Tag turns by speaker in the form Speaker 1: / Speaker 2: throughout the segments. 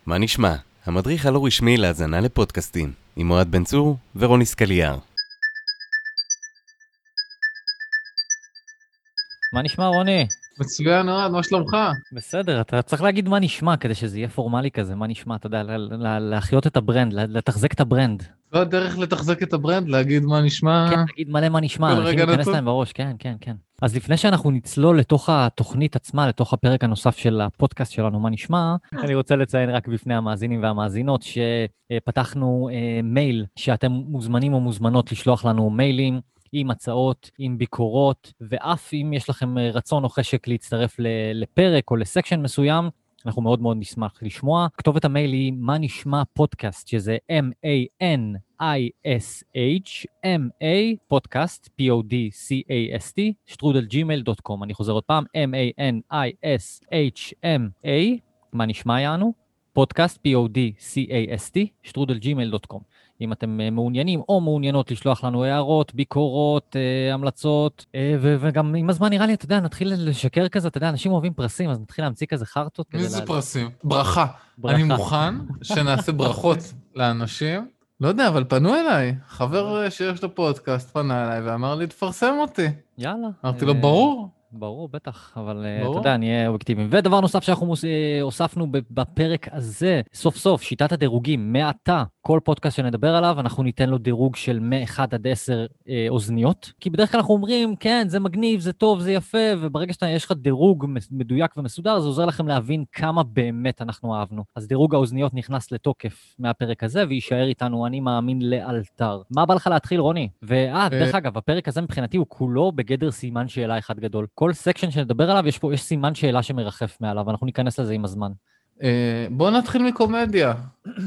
Speaker 1: מה נשמע? המדריך הלא רשמי להאזנה לפודקאסטים, עם אוהד בן צור ורוני סקליאר.
Speaker 2: מה נשמע, רוני?
Speaker 3: מצוין, אוהד, מה שלומך?
Speaker 2: בסדר, אתה צריך להגיד מה נשמע כדי שזה יהיה פורמלי כזה, מה נשמע, אתה יודע, להחיות את הברנד, לתחזק את הברנד.
Speaker 3: לא הדרך לתחזק את הברנד, להגיד מה נשמע.
Speaker 2: כן, להגיד מלא מה נשמע,
Speaker 3: כל
Speaker 2: אנשים
Speaker 3: רגע
Speaker 2: ייכנס
Speaker 3: נתון.
Speaker 2: להם בראש, כן, כן, כן. אז לפני שאנחנו נצלול לתוך התוכנית עצמה, לתוך הפרק הנוסף של הפודקאסט שלנו, מה נשמע, אני רוצה לציין רק בפני המאזינים והמאזינות, שפתחנו מייל, שאתם מוזמנים או מוזמנות לשלוח לנו מיילים, עם הצעות, עם ביקורות, ואף אם יש לכם רצון או חשק להצטרף לפרק או לסקשן מסוים, אנחנו מאוד מאוד נשמח לשמוע. כתובת המייל היא מה נשמע פודקאסט, שזה M-A-N-I-S-H-M-A פודקאסט, P-O-D-C-A-S-T, שטרודל-gmail.com. אני חוזר עוד פעם, M-A-N-I-S-H-M-A, מה נשמע יענו? פודקאסט, P-O-D-C-A-S-T, שטרודל-gmail.com. אם אתם מעוניינים או מעוניינות לשלוח לנו הערות, ביקורות, המלצות, וגם עם הזמן נראה לי, אתה יודע, נתחיל לשקר כזה, אתה יודע, אנשים אוהבים פרסים, אז נתחיל להמציא כזה חרטות.
Speaker 3: מי זה פרסים? ברכה. אני מוכן שנעשה ברכות לאנשים. לא יודע, אבל פנו אליי. חבר שיש לו פודקאסט פנה אליי ואמר לי, תפרסם אותי.
Speaker 2: יאללה.
Speaker 3: אמרתי לו, ברור.
Speaker 2: ברור, בטח, אבל אתה
Speaker 3: ברור.
Speaker 2: יודע, נהיה אובייקטיביים. ודבר נוסף שאנחנו הוספנו בפרק הזה, סוף סוף, שיטת הדירוגים, מעתה, כל פודקאסט שנדבר עליו, אנחנו ניתן לו דירוג של מ-1 עד 10 אוזניות, כי בדרך כלל אנחנו אומרים, כן, זה מגניב, זה טוב, זה יפה, וברגע שיש לך דירוג מדויק ומסודר, זה עוזר לכם להבין כמה באמת אנחנו אהבנו. אז דירוג האוזניות נכנס לתוקף מהפרק הזה, ויישאר איתנו, אני מאמין, לאלתר. מה בא לך להתחיל, רוני? דרך אגב, הפרק הזה מבחינתי הוא כולו בגדר סימן שאלה אחד גדול. כל סקשן שנדבר עליו, יש סימן שאלה שמרחף מעליו, ואנחנו ניכנס לזה עם הזמן.
Speaker 3: בוא נתחיל מקומדיה.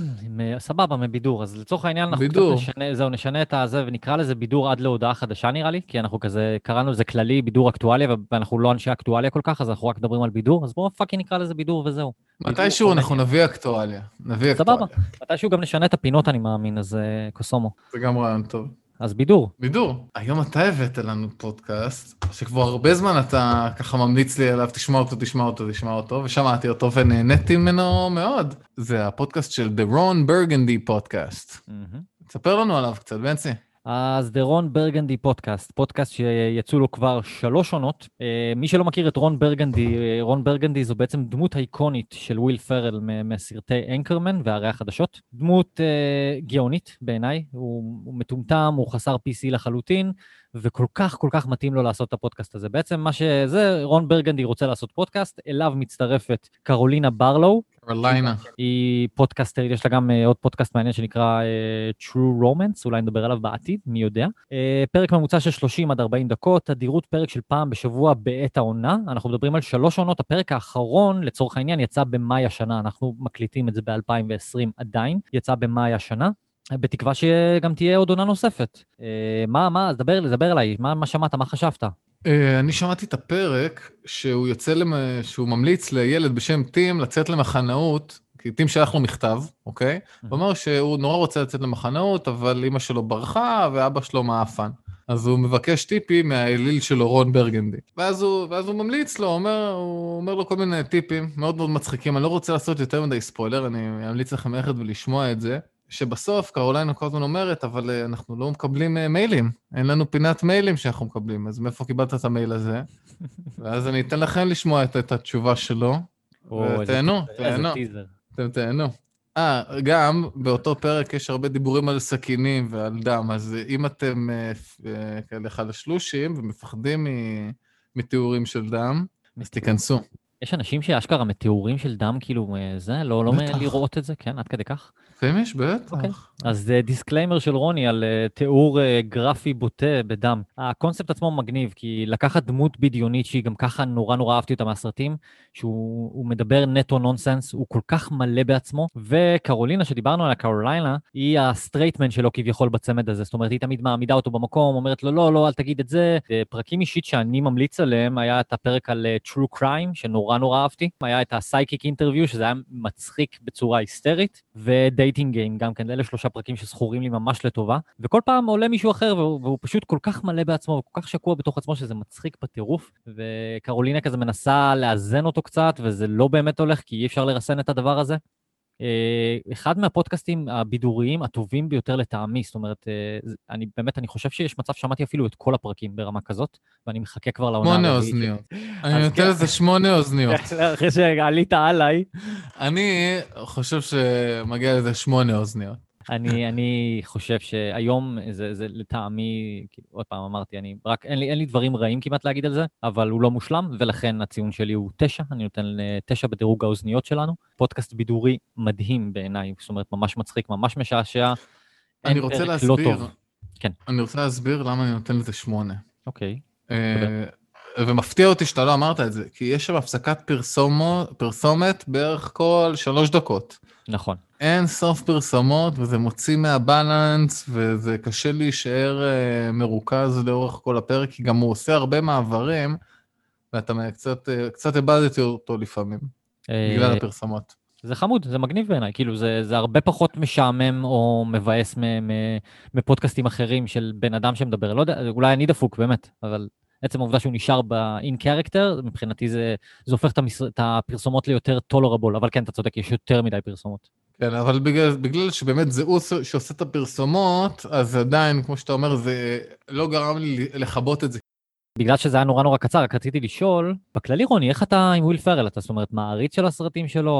Speaker 2: סבבה, מבידור. אז לצורך העניין, אנחנו קצת נשנה את הזה, ונקרא לזה בידור עד להודעה חדשה, נראה לי, כי אנחנו כזה, קראנו לזה כללי, בידור אקטואליה, ואנחנו לא אנשי אקטואליה כל כך, אז אנחנו רק מדברים על בידור, אז בואו פאקינג נקרא לזה בידור וזהו.
Speaker 3: מתישהו אנחנו נביא אקטואליה.
Speaker 2: סבבה. מתישהו גם נשנה את הפינות, אני מאמין, אז קוסומו.
Speaker 3: זה גם רעיון טוב.
Speaker 2: אז בידור.
Speaker 3: בידור. היום אתה הבאת לנו פודקאסט, שכבר הרבה זמן אתה ככה ממליץ לי עליו, תשמע אותו, ושמעתי אותו ונהניתי ממנו מאוד. זה הפודקאסט של The Ron Burgundy Podcast. תספר לנו עליו קצת, בנצי.
Speaker 2: אז The Ron Burgundy Podcast, פודקאסט שיצאו לו כבר 3 עונות. מי שלא מכיר את רון ברגנדי, רון ברגנדי זו בעצם דמות אייקונית של וויל פרל מסרטי אנקרמן והרי החדשות. דמות גאונית בעיניי, הוא מטומטם, הוא חסר PC לחלוטין, וכל כך מתאים לו לעשות את הפודקאסט הזה. בעצם מה שזה, רון ברגנדי רוצה לעשות פודקאסט, אליו מצטרפת קרולינה ברלו.
Speaker 3: קרוליינה.
Speaker 2: היא פודקאסטרית, יש לה גם עוד פודקאסט מעניין שנקרא True Romance, אולי נדבר עליו בעתיד, מי יודע. פרק ממוצע של 30 עד 40 דקות, תדירות פרק של פעם בשבוע בעת העונה, אנחנו מדברים על 3 עונות, הפרק האחרון, לצורך העניין, יצא במאי השנה, אנחנו מקליטים את זה ב-2020 עדיין, יצא במאי השנה, בתקווה שגם תהיה עוד עונה נוספת. אז דבר אליי, מה שמעת, מה חשבת?
Speaker 3: אני שמעתי את הפרק שהוא שהוא ממליץ לילד בשם טים לצאת למחנאות, כי טים שלח לו מכתב, אוקיי? הוא אומר שהוא נורא רוצה לצאת למחנאות, אבל אמא שלו ברחה ואבא שלו מאפן. אז הוא מבקש טיפים מהאליל שלו, רון ברגנדי. ואז הוא ממליץ לו, הוא אומר לו כל מיני טיפים מאוד מאוד מצחיקים. אני לא רוצה לעשות יותר מדי ספוילר, אני אמליץ לכם ללכת ולשמוע את זה. שבסוף קרוליינה כל הזמן אומרת, אבל אנחנו לא מקבלים מיילים, אין לנו פינת מיילים שאנחנו מקבלים, אז מאיפה קיבלת את המייל הזה? ואז אני אתן לכם לשמוע את התשובה שלו, ותהנו, אתם תהנו. גם באותו פרק יש הרבה דיבורים על סכינים ועל דם, אז אם אתם כאלה חלשלושים ומפחדים מתיאורים של דם, אז תיכנסו.
Speaker 2: יש אנשים שאשכרה מתיאורים של דם, כאילו זה, לא לראות את זה, כן, עד כדי כך?
Speaker 3: לפעמים יש, בטח.
Speaker 2: אז דיסקליימר של רוני על תיאור גרפי בוטה בדם. הקונספט עצמו מגניב, כי לקחת דמות בדיונית שהיא גם ככה נורא אהבתי אותה מהסרטים, שהוא מדבר נטו נונסנס, הוא כל כך מלא בעצמו, וקרולינה שדיברנו עליה, קרוליינה, היא הסטרייטמן שלו כביכול בצמד הזה, זאת אומרת, היא תמיד מעמידה אותו במקום, אומרת לו, לא, אל תגיד את זה. פרקים אישית שאני ממליץ עליהם, היה את הפרק על True Crime, שנורא אהבתי, היה את ה-Psychic Interview, שזה היה מצחיק בצורה היסטרית, ודייטינג גיים, גם כן, אלה 3 פרקים שזכורים לי ממש לטובה, וכל פעם עולה מישהו אחר, והוא פשוט כל כך מלא בעצמו, וכל כך שקוע בתוך עצמו, שזה מצחיק בטירוף, וקרולינה כזה מנסה לאזן אותו קצת, וזה לא באמת הולך, כי אי אפשר לרסן את הדבר הזה. אחד מהפודקאסטים הבידוריים הטובים ביותר לטעמי, זאת אומרת, אני חושב שיש מצב שמעתי אפילו את כל הפרקים ברמה כזאת, ואני מחכה כבר לעונה
Speaker 3: 8
Speaker 2: הרביעית.
Speaker 3: אוזניות. אני נותן לזה 8 אוזניות.
Speaker 2: אחרי שעלית עליי.
Speaker 3: אני חושב שמגיע לזה 8 אוזניות.
Speaker 2: אני חושב שהיום זה לטעמי, עוד פעם אמרתי, אין לי דברים רעים כמעט להגיד על זה, אבל הוא לא מושלם, ולכן הציון שלי הוא 9, אני נותן 9 בדירוג האוזניות שלנו. פודקאסט בידורי מדהים בעיניי, זאת אומרת, ממש מצחיק, ממש משעשע.
Speaker 3: אני רוצה להסביר,
Speaker 2: כן.
Speaker 3: אני רוצה להסביר למה אני נותן לזה 8.
Speaker 2: אוקיי.
Speaker 3: ומפתיע אותי שאתה לא אמרת את זה, כי יש שם הפסקת פרסומת בערך כל 3 דקות.
Speaker 2: נכון.
Speaker 3: אין סוף פרסומות, וזה מוציא מהבלנס, וזה קשה להישאר מרוכז לאורך כל הפרק, כי גם הוא עושה הרבה מעברים, ואתה קצת הבדתי אותו לפעמים, בגלל הפרסומות.
Speaker 2: זה חמוד, זה מגניב בעיניי, כאילו זה הרבה פחות משעמם או מבאס מפודקאסטים אחרים של בן אדם שמדבר, לא יודע, אולי אני דפוק באמת, אבל עצם העובדה שהוא נשאר ב-in character, מבחינתי זה הופך את הפרסומות ליותר tolerable, אבל כן, אתה צודק, יש יותר מדי פרסומות.
Speaker 3: כן, אבל בגלל שבאמת זה הוא שעושה את הפרסומות, אז עדיין, כמו שאתה אומר, זה לא גרם לי לחבות את זה.
Speaker 2: בגלל שזה היה נורא קצר, רק רציתי לשאול, בכללי רוני, איך אתה עם וויל פרל? אתה זאת אומרת, מעריץ של הסרטים שלו?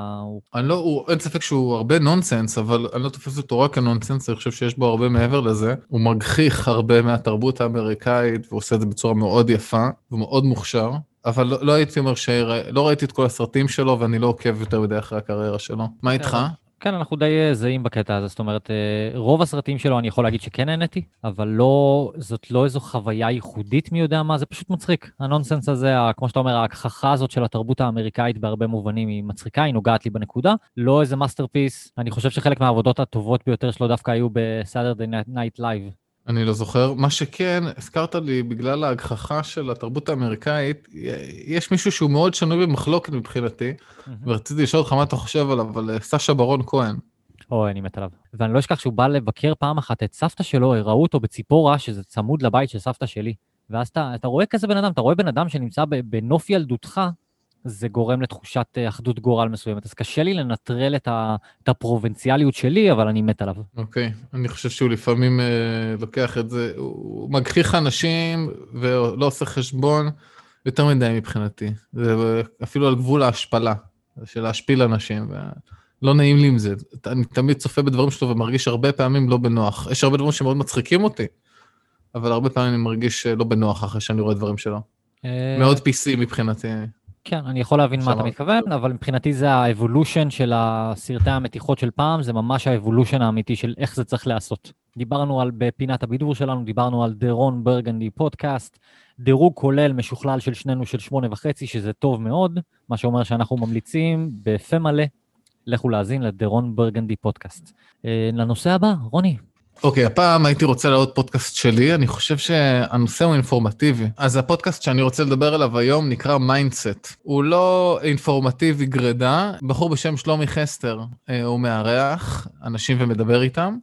Speaker 3: אין ספק שהוא הרבה נונסנס, אבל אני לא תופס אותו רק כנונסנס, אני חושב שיש בו הרבה מעבר לזה. הוא מגחיך הרבה מהתרבות האמריקאית, והוא עושה את זה בצורה מאוד יפה, ומאוד מוכשר, אבל לא הייתי אומר לא ראיתי את כל הסרטים שלו, ואני לא עוקב יותר מדי אחרי הקריירה שלו. מה איתך?
Speaker 2: כן, אנחנו די זהים בקטע הזה, זאת אומרת, רוב הסרטים שלו אני יכול להגיד שכן נהניתי, אבל זאת לא איזו חוויה ייחודית מי יודע מה, זה פשוט מצחיק. הנונסנס הזה, כמו שאתה אומר, ההכחכה הזאת של התרבות האמריקאית בהרבה מובנים היא מצחיקה, היא נוגעת לי בנקודה, לא איזה מאסטרפיס, אני חושב שחלק מהעבודות הטובות ביותר שלו דווקא היו ב-Saturday Night Live.
Speaker 3: אני לא זוכר. מה שכן, הזכרת לי, בגלל ההגחכה של התרבות האמריקאית, יש מישהו שהוא מאוד שנוי במחלוקת מבחינתי, ורציתי לשאול אותך מה אתה חושב עליו, אבל סשה ברון כהן.
Speaker 2: אוי, אני מת עליו. ואני לא אשכח שהוא בא לבקר פעם אחת את סבתא שלו, ראו אותו בציפורה, שזה צמוד לבית של סבתא שלי. ואז אתה רואה כזה בן אדם, אתה רואה בן אדם שנמצא בנוף ילדותך, זה גורם לתחושת אחדות גורל מסוימת. אז קשה לי לנטרל את הפרובינציאליות שלי, אבל אני מת עליו.
Speaker 3: אוקיי, אני חושב שהוא לפעמים לוקח את זה, הוא מגחיך אנשים ולא עושה חשבון יותר מדי מבחינתי. זה אפילו על גבול ההשפלה, של להשפיל אנשים, ולא נעים לי עם זה. אני תמיד צופה בדברים שלו ומרגיש הרבה פעמים לא בנוח. יש הרבה דברים שמאוד מצחיקים אותי, אבל הרבה פעמים אני מרגיש לא בנוח אחרי שאני רואה דברים שלו. מאוד PC מבחינתי.
Speaker 2: כן, אני יכול להבין מה אתה מתכוון, אבל מבחינתי זה האבולושן של הסרטי המתיחות של פעם, זה ממש האבולושן האמיתי של איך זה צריך לעשות. דיברנו בפינת הבידור שלנו, דיברנו על דרון ברגנדי פודקאסט, דירוג כולל משוכלל של שנינו של 8.5, שזה טוב מאוד, מה שאומר שאנחנו ממליצים בפה מלא, לכו להאזין לדרון ברגנדי פודקאסט. לנושא הבא, רוני.
Speaker 3: אוקיי, הפעם הייתי רוצה לעוד פודקאסט שלי, אני חושב שהנושא הוא אינפורמטיבי. אז הפודקאסט שאני רוצה לדבר עליו היום נקרא מיינדסט. הוא לא אינפורמטיבי גרדה, בחור בשם שלומי חסטר, הוא מארח אנשים ומדבר איתם,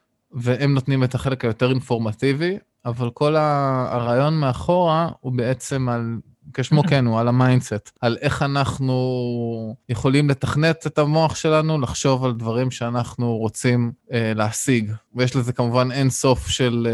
Speaker 3: והם נותנים את החלק היותר אינפורמטיבי, אבל כל הרעיון מאחורה הוא בעצם על... כשמו כן, הוא על המיינדסט, על איך אנחנו יכולים לתכנת את המוח שלנו, לחשוב על דברים שאנחנו רוצים להשיג. ויש לזה כמובן אין סוף של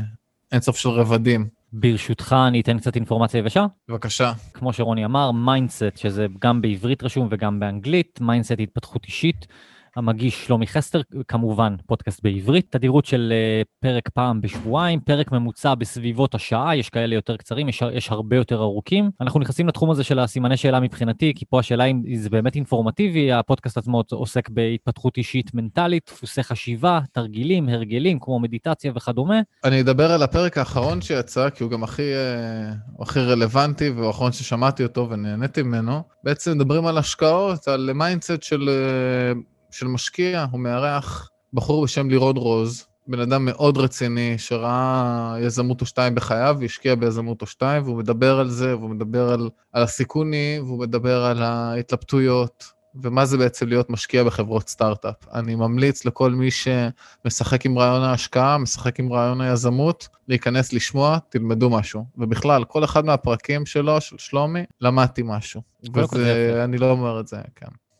Speaker 3: רבדים.
Speaker 2: ברשותך, אני אתן קצת אינפורמציה יבשה.
Speaker 3: בבקשה.
Speaker 2: כמו שרוני אמר, מיינדסט, שזה גם בעברית רשום וגם באנגלית, מיינדסט התפתחות אישית. המגיש שלומי חסטר, כמובן פודקאסט בעברית, תדירות של פרק פעם בשבועיים, פרק ממוצע בסביבות השעה, יש כאלה יותר קצרים, יש הרבה יותר ארוכים. אנחנו נכנסים לתחום הזה של הסימני שאלה מבחינתי, כי פה השאלה אם זה באמת אינפורמטיבי, הפודקאסט עצמו עוסק בהתפתחות אישית מנטלית, דפוסי חשיבה, תרגילים, הרגלים, כמו מדיטציה וכדומה.
Speaker 3: אני אדבר על הפרק האחרון שיצא, כי הוא גם הכי רלוונטי, והוא האחרון ששמעתי אותו ונהניתי ממנו. בעצם מדברים על השקעות, על מיינדסט של משקיע. הוא מארח בחור בשם לירון רוז, בן אדם מאוד רציני, שראה יזמות או שתיים בחייו, והשקיע ביזמות או שתיים, והוא מדבר על זה, והוא מדבר על הסיכונים, והוא מדבר על ההתלבטויות, ומה זה בעצם להיות משקיע בחברות סטארט-אפ. אני ממליץ לכל מי שמשחק עם רעיון ההשקעה, משחק עם רעיון היזמות, להיכנס לשמוע, תלמדו משהו. ובכלל, כל אחד מהפרקים שלו, של שלומי, למדתי משהו. וזה, אני לא אומר את זה, כן.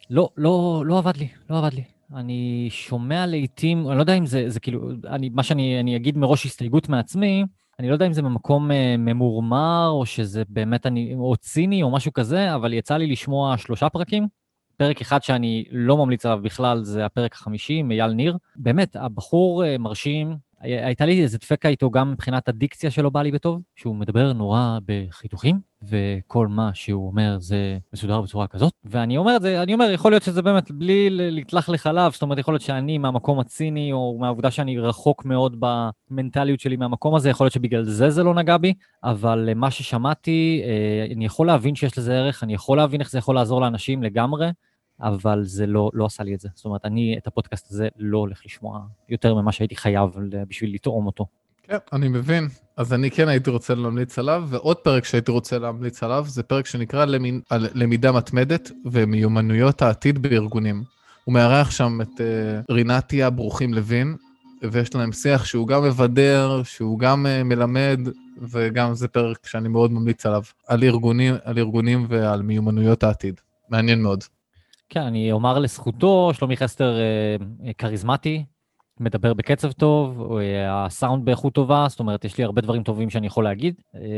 Speaker 2: לא עבד לי, לא עבד לי. אני שומע לעתים, אני לא יודע אם זה כאילו, מה שאני אגיד מראש הסתייגות מעצמי, אני לא יודע אם זה ממקום ממורמר, או שזה באמת או ציני, או משהו כזה, אבל יצא לי לשמוע 3 פרקים. פרק אחד שאני לא ממליץ עליו בכלל, זה הפרק ה-50, אייל ניר. באמת, הבחור מרשים, הייתה לי איזה דפקה איתו גם מבחינת הדיקציה שלו בא לי בטוב, שהוא מדבר נורא בחיתוכים, וכל מה שהוא אומר זה מסודר בצורה כזאת. ואני אומר את זה, יכול להיות שזה באמת בלי להתלח לחלב, זאת אומרת, יכול להיות שאני מהמקום הציני, או מהעובדה שאני רחוק מאוד במנטליות שלי מהמקום הזה, יכול להיות שבגלל זה לא נגע בי, אבל מה ששמעתי, אני יכול להבין שיש לזה ערך, אני יכול להבין איך זה יכול לעזור לאנשים לגמרי, אבל זה לא עשה לי את זה. זאת אומרת, אני את הפודקאסט הזה לא הולך לשמוע יותר ממה שהייתי חייב בשביל לטעום אותו.
Speaker 3: כן, אני מבין. אז אני כן הייתי רוצה להמליץ עליו, ועוד פרק שהייתי רוצה להמליץ עליו, זה פרק שנקרא למידה מתמדת ומיומנויות העתיד בארגונים. הוא מארח שם את רינתיה ברוכים לוין, ויש להם שיח שהוא גם מבדר, שהוא גם מלמד, וגם זה פרק שאני מאוד ממליץ עליו, על ארגונים ועל מיומנויות העתיד. מעניין מאוד.
Speaker 2: כן, אני אומר לזכותו, שלומי חסטר קריזמטי, מדבר בקצב טוב, הסאונד באיכות טובה, זאת אומרת, יש לי הרבה דברים טובים שאני יכול להגיד.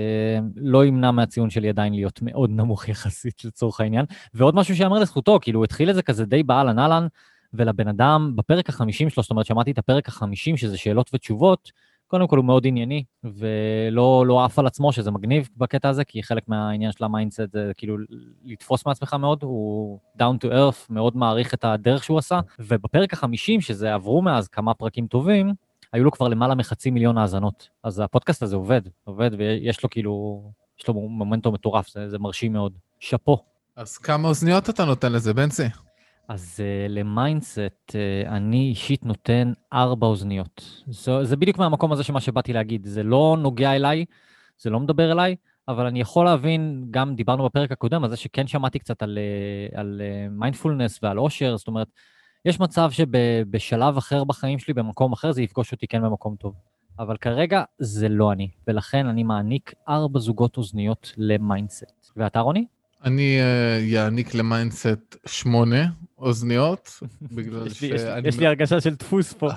Speaker 2: לא ימנע מהציון שלי עדיין להיות מאוד נמוך יחסית לצורך העניין. ועוד משהו שאמר לזכותו, כאילו, הוא התחיל את זה כזה די באהלן אהלן, ולבן אדם, בפרק ה-50 שלו, זאת אומרת, שמעתי את הפרק ה-50, שזה שאלות ותשובות, קודם כל הוא מאוד ענייני, ולא עף על עצמו, שזה מגניב בקטע הזה, כי חלק מהעניין של המיינדסט זה כאילו לתפוס מעצמך מאוד, הוא down to earth, מאוד מעריך את הדרך שהוא עשה, ובפרק ה-50, שזה עברו מאז כמה פרקים טובים, היו לו כבר למעלה מ500,000 האזנות. אז הפודקאסט הזה עובד, ויש לו כאילו, יש לו מומנטום מטורף, זה מרשים מאוד. שפו.
Speaker 3: אז כמה אוזניות אתה נותן לזה, בנצי?
Speaker 2: אז למיינדסט, אני אישית נותן 4 אוזניות. זה בדיוק מהמקום הזה שמה שבאתי להגיד. זה לא נוגע אליי, זה לא מדבר אליי, אבל אני יכול להבין, גם דיברנו בפרק הקודם, על זה שכן שמעתי קצת על מיינדפולנס ועל אושר, זאת אומרת, יש מצב שבשלב אחר בחיים שלי, במקום אחר, זה יפגוש אותי כן במקום טוב. אבל כרגע זה לא אני, ולכן אני מעניק 4 זוגות אוזניות למיינדסט. ואתה, רוני?
Speaker 3: אני יעניק למיינדסט 8 אוזניות, בגלל שאני...
Speaker 2: יש לי הרגשה של דפוס פה.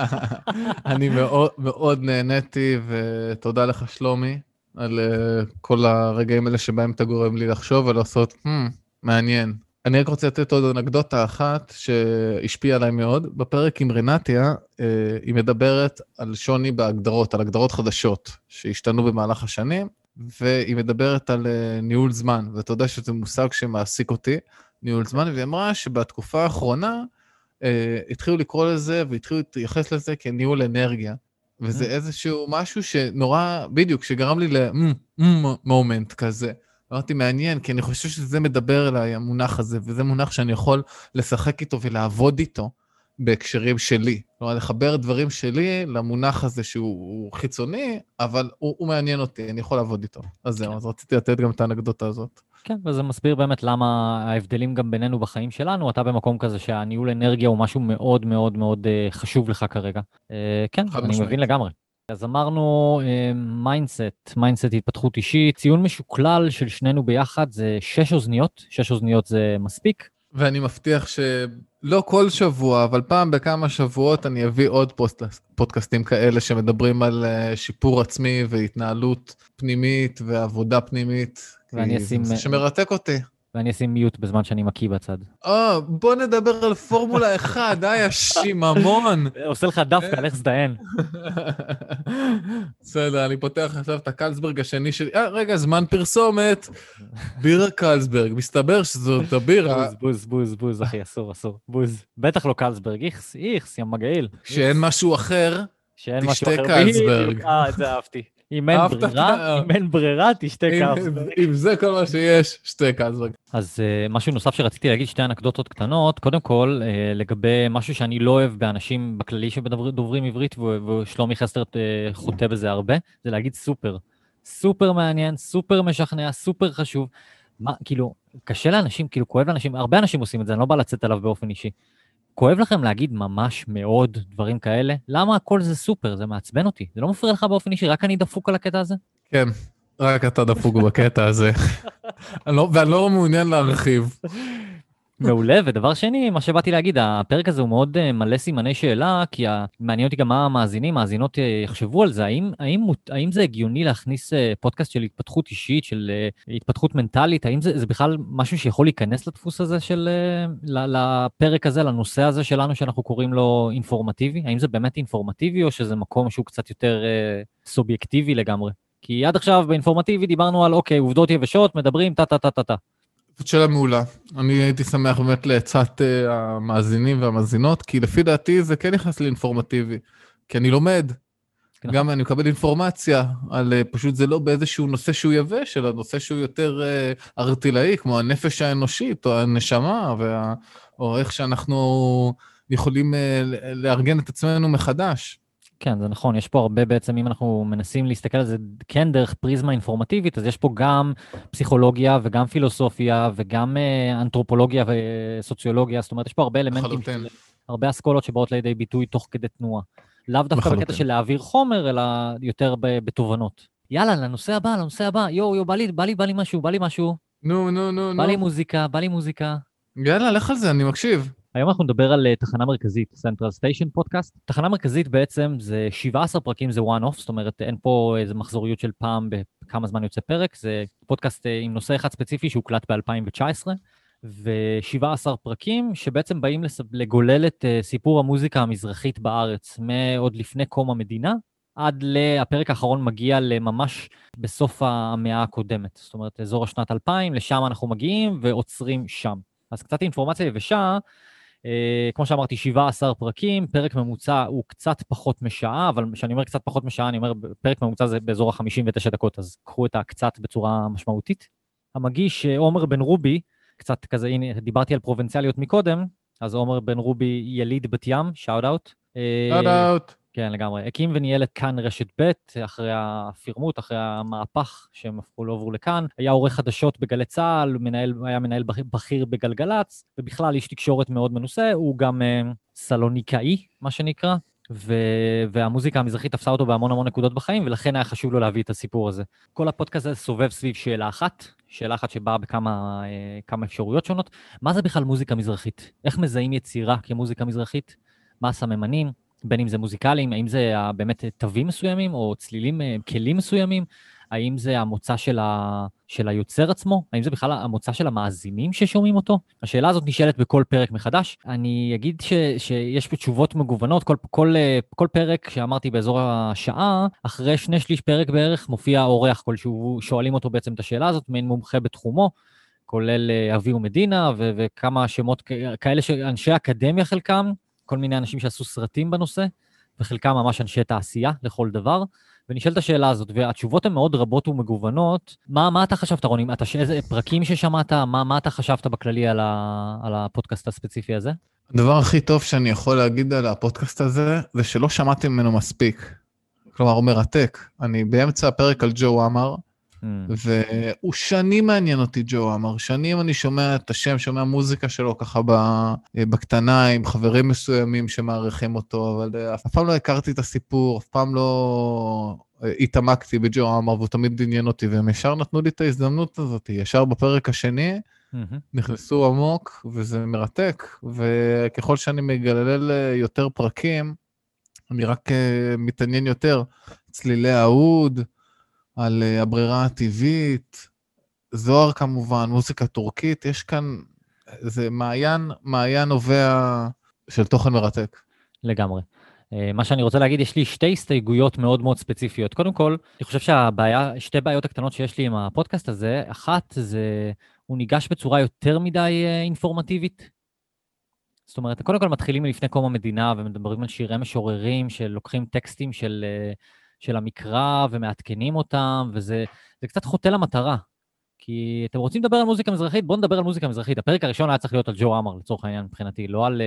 Speaker 3: אני מאוד נהניתי, ותודה לך שלומי, על כל הרגעים האלה שבהם אתה גורם לי לחשוב ולעשות, מעניין. אני רק רוצה לתת עוד אנקדוטה אחת שהשפיעה עליי מאוד. בפרק עם רינתיה, היא מדברת על שוני בהגדרות, על הגדרות חדשות שהשתנו במהלך השנים, והיא מדברת על ניהול זמן, ואתה יודע שזה מושג שמעסיק אותי, ניהול זמן, והיא אמרה שבתקופה האחרונה התחילו לקרוא לזה, והתחילו להתייחס לזה כניהול אנרגיה, וזה איזשהו משהו שנורא, בדיוק, שגרם לי למומנט כזה. אמרתי, מעניין, כי אני חושב שזה מדבר אליי, המונח הזה, וזה מונח שאני יכול לשחק איתו ולעבוד איתו בהקשרים שלי. כלומר, לחבר דברים שלי למונח הזה שהוא חיצוני, אבל הוא מעניין אותי, אני יכול לעבוד איתו. אז זהו, אז רציתי לתת גם את האנקדוטה הזאת.
Speaker 2: כן, וזה מסביר באמת למה ההבדלים גם בינינו בחיים שלנו, אתה במקום כזה שהניהול אנרגיה הוא משהו מאוד מאוד מאוד חשוב לך כרגע. כן, אני מבין לגמרי. אז אמרנו מיינדסט התפתחות אישית, ציון משוקלל של שנינו ביחד זה 6 אוזניות, 6 אוזניות זה מספיק.
Speaker 3: ואני מבטיח שלא כל שבוע, אבל פעם בכמה שבועות אני אביא עוד פודקאסטים כאלה שמדברים על שיפור עצמי והתנהלות פנימית ועבודה פנימית, כי זה שמרתק אותי.
Speaker 2: ואני אשים מיוט בזמן שאני מקיא בצד.
Speaker 3: בוא נדבר על פורמולה 1, השיממון.
Speaker 2: עושה לך דווקא, לך זדיין.
Speaker 3: בסדר, אני פותח עכשיו את הקלסברג השני שלי. רגע, זמן פרסומת. בירה קלסברג, מסתבר שזאת הבירה.
Speaker 2: בוז, אחי, אסור. בוז. בטח לא קלסברג, איכס, ים מגעיל.
Speaker 3: כשאין משהו אחר, תשתה קלסברג.
Speaker 2: את זה אהבתי. אם אין ברירה, תשתה קלסברג.
Speaker 3: אם זה כל מה שיש, שתה קלסברג.
Speaker 2: אז משהו נוסף שרציתי להגיד, 2 אנקדוטות קטנות. קודם כל, לגבי משהו שאני לא אוהב באנשים בכללי שדוברים עברית, ושלומי חסטר חוטא בזה הרבה, זה להגיד סופר. סופר מעניין, סופר משכנע, סופר חשוב. כאילו, קשה לאנשים, כאילו, כואב לאנשים, הרבה אנשים עושים את זה, אני לא בא לצאת עליו באופן אישי. כואב לכם להגיד ממש מאוד דברים כאלה? למה הכל זה סופר? זה מעצבן אותי. זה לא מפריע לך באופן אישי, רק אני דפוק על הקטע הזה?
Speaker 3: כן, רק אתה דפוק בקטע הזה. ואני לא מעוניין להרחיב.
Speaker 2: מעולה, ודבר שני, מה שבאתי להגיד, הפרק הזה הוא מאוד מלא סימני שאלה, כי מעניין אותי גם מה המאזינים, מאזינות יחשבו על זה, האם זה הגיוני להכניס פודקאסט של התפתחות אישית, של התפתחות מנטלית, האם זה בכלל משהו שיכול להיכנס לדפוס הזה לפרק הזה, לנושא הזה שלנו, שאנחנו קוראים לו אינפורמטיבי? האם זה באמת אינפורמטיבי, או שזה מקום שהוא קצת יותר סובייקטיבי לגמרי? כי עד עכשיו באינפורמטיבי דיברנו על, אוקיי, עובדות יבשות, מדברים, טה.
Speaker 3: זאת שאלה מעולה. אני הייתי שמח באמת לעצת המאזינים והמאזינות, כי לפי דעתי זה כן נכנס לאינפורמטיבי, כי אני לומד, גם אני מקבל אינפורמציה על פשוט זה לא באיזשהו נושא שהוא יבש, אלא נושא שהוא יותר ארטילאי, כמו הנפש האנושית או הנשמה, או איך שאנחנו יכולים לארגן את עצמנו מחדש.
Speaker 2: כן, זה נכון, יש פה הרבה בעצם, אם אנחנו מנסים להסתכל על זה כן דרך פריזמה אינפורמטיבית, אז יש פה גם פסיכולוגיה וגם פילוסופיה וגם אנתרופולוגיה וסוציולוגיה, זאת אומרת, יש פה הרבה אלמנטים, הרבה אסכולות שבאות לידי ביטוי תוך כדי תנועה. לאו דווקא בקטע של להעביר חומר, אלא יותר בתובנות. יאללה, לנושא הבא, יו, בא לי משהו.
Speaker 3: נו.
Speaker 2: בא לי מוזיקה.
Speaker 3: יאללה, לך על זה, אני מקשיב.
Speaker 2: היום אנחנו נדבר על תחנה מרכזית, Central Station פודקאסט. תחנה מרכזית בעצם זה 17 פרקים, זה one-off, זאת אומרת אין פה איזו מחזוריות של פעם בכמה זמן יוצא פרק, זה פודקאסט עם נושא אחד ספציפי שהוקלט ב-2019, ו17 פרקים שבעצם באים לגולל את סיפור המוזיקה המזרחית בארץ, מעוד לפני קום המדינה, עד לפרק האחרון מגיע לממש בסוף המאה הקודמת, זאת אומרת אזור השנת 2000, לשם אנחנו מגיעים ועוצרים שם. אז קצת אינפורמציה יבשה, כמו שאמרתי, 17 פרקים, פרק ממוצע הוא קצת פחות משעה, אבל כשאני אומר קצת פחות משעה, אני אומר פרק ממוצע זה באזור ה-59 דקות, אז קחו את הקצת בצורה משמעותית. המגיש עומר בן רובי, קצת כזה, הנה, דיברתי על פרובינציאליות מקודם, אז עומר בן רובי יליד בת ים, שאוט אאוט.
Speaker 3: שאוט אאוט.
Speaker 2: כן, לגמרי. הקים וניהל את כאן רשת ב' אחרי הפירמות, אחרי המהפך שהם עברו לכאן. היה עורך חדשות בגלי צהל, היה מנהל בכיר בגלגלץ, ובכלל איש תקשורת מאוד מנוסה, הוא גם סלוניקאי, מה שנקרא, והמוזיקה המזרחית תפסה אותו בהמון נקודות בחיים, ולכן היה חשוב לו להביא את הסיפור הזה. כל הפודקאסט הזה סובב סביב שאלה אחת שבאה בכמה אפשרויות שונות. מה זה בכלל מוזיקה מזרחית? איך מזהים יצירה כמוזיקה מזרחית? מה הסממנים? בין אם זה מוזיקליים, האם זה באמת תווים מסוימים, או צלילים, כלים מסוימים, האם זה המוצא של היוצר עצמו, האם זה בכלל המוצא של המאזינים ששומעים אותו? השאלה הזאת נשאלת בכל פרק מחדש. אני אגיד שיש פה תשובות מגוונות, כל פרק שאמרתי באזור השעה, אחרי 2/3 פרק בערך מופיע אורח כלשהו, שואלים אותו בעצם את השאלה הזאת, מעין מומחה בתחומו, כולל אבי ומדינה, וכמה שמות כאלה שאנשי אקדמיה חלקם, כל מיני אנשים שעשו סרטים בנושא, וחלקם ממש אנשי תעשייה לכל דבר, ונשאלת השאלה הזאת, והתשובות הן מאוד רבות ומגוונות. מה אתה חשבת, רוני? איזה פרקים ששמעת? מה אתה חשבת בכללי על הפודקאסט הספציפי הזה?
Speaker 3: הדבר הכי טוב שאני יכול להגיד על הפודקאסט הזה, זה שלא שמעתי ממנו מספיק. כלומר, הוא מרתק. אני באמצע הפרק על ג'ו עמר, והוא שנים מעניין אותי ג'ו עמר, שנים אני שומע את השם, שומע מוזיקה שלו ככה בקטנה עם חברים מסוימים שמעריכים אותו, אבל אף פעם לא הכרתי את הסיפור, אף פעם לא התעמקתי בג'ו עמר, והוא תמיד עניין אותי, והם ישר נתנו לי את ההזדמנות הזאת, ישר בפרק השני, נכנסו עמוק, וזה מרתק, וככל שאני מגלל יותר פרקים, אני רק מתעניין יותר, צלילי האוד, על הברירה הטבעית, זוהר כמובן, מוזיקה טורקית, יש כאן, זה מעיין נובע של תוכן מרתק.
Speaker 2: לגמרי. מה שאני רוצה להגיד, יש לי 2 הסתייגויות מאוד מאוד ספציפיות. קודם כל, אני חושב שתי בעיות הקטנות שיש לי עם הפודקאסט הזה, אחת זה, הוא ניגש בצורה יותר מדי אינפורמטיבית. זאת אומרת, קודם כל מתחילים מלפני קום המדינה, ומדברים על שירי משוררים, שלוקחים טקסטים של המקרא ומעדכנים אותם, וזה קצת חוטא למטרה. כי אתם רוצים לדבר על מוזיקה מזרחית? בואו נדבר על מוזיקה מזרחית. הפרק הראשון היה צריך להיות על ג'ו עמר, לצורך העניין מבחינתי, לא על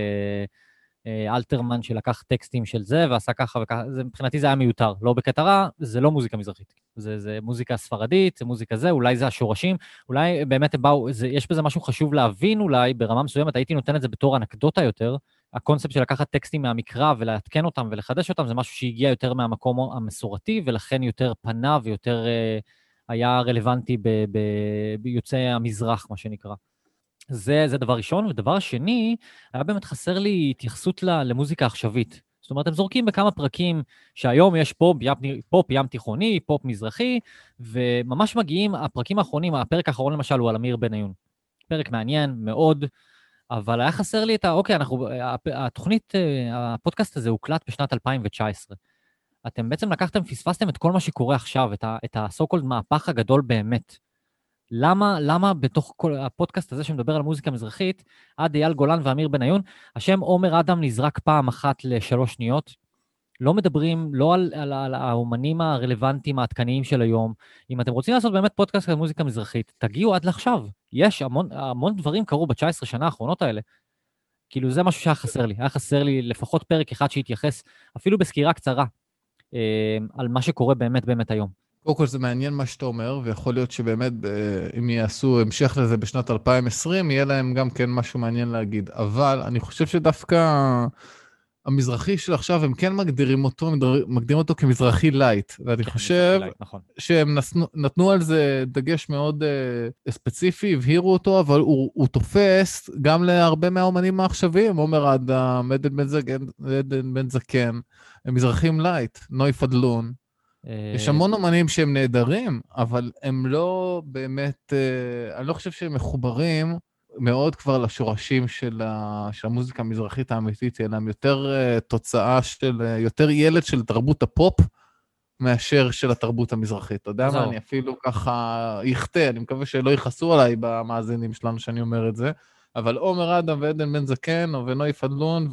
Speaker 2: אלתרמן שלקח טקסטים של זה, ועשה ככה וככה, מבחינתי זה היה מיותר. לא בקטע רע, זה לא מוזיקה מזרחית. זה מוזיקה ספרדית, זה מוזיקה זה, אולי זה השורשים, אולי באמת הם באו, יש בזה משהו חשוב להבין אולי, ברמה מסוימת, הייתי נותן את זה בתור אנקדוטה יותר, הקונספט של לקחת טקסטים מהמקרא ולהתקן אותם ולחדש אותם, זה משהו שהגיע יותר מהמקום המסורתי, ולכן יותר פנה ויותר היה רלוונטי ביוצאי המזרח, מה שנקרא. זה דבר ראשון, ודבר שני, היה באמת חסר לי התייחסות למוזיקה עכשווית. זאת אומרת, הם זורקים בכמה פרקים שהיום יש פופ ים תיכוני, פופ מזרחי, וממש מגיעים, הפרקים האחרונים, הפרק האחרון למשל הוא על אמיר בניון. פרק מעניין מאוד, אבל היה חסר לי אוקיי, התוכנית, הפודקאסט הזה הוקלט בשנת 2019. אתם בעצם פספסתם את כל מה שקורה עכשיו, את ה-so-called מהפך הגדול באמת. למה בתוך כל הפודקאסט הזה שמדבר על מוזיקה מזרחית, עד אייל גולן ואמיר בניון, השם עומר אדם נזרק פעם אחת ל3 שניות, לא מדברים לא על האומנים הרלוונטיים העדכניים של היום. אם אתם רוצים לעשות באמת פודקאסט על מוזיקה מזרחית, תגיעו עד לעכשיו. יש המון דברים קרו ב-19 שנה האחרונות האלה. כאילו זה משהו שהיה חסר לי. היה חסר לי לפחות פרק אחד שהתייחס, אפילו בסקירה קצרה, על מה שקורה באמת היום.
Speaker 3: קודם כל זה מעניין מה שאתה אומר, ויכול להיות שבאמת אם יעשו המשך לזה בשנת 2020, יהיה להם גם כן משהו מעניין להגיד. אבל אני חושב שדווקא המזרחי של עכשיו, הם כן מגדירים אותו כמזרחי לייט, ואני חושב שהם נתנו על זה דגש מאוד ספציפי, הבהירו אותו, אבל הוא תופס גם להרבה מהאומנים העכשוויים, עומר אדם, עדן בן זקן, הם מזרחים לייט, נוי פדלון. יש המון אומנים שהם נהדרים, אבל הם לא באמת, אני לא חושב שהם מחוברים מאוד כבר לשורשים של המוזיקה המזרחית האמיתית, אלא הם יותר תוצאה של, יותר ילד של תרבות הפופ, מאשר של התרבות המזרחית. אתה יודע מה, אני אפילו ככה יחטא, אני מקווה שלא יכעסו עליי במאזינים שלנו שאני אומר את זה, אבל עומר אדם ועדן בן זקן, ונוי פדלון,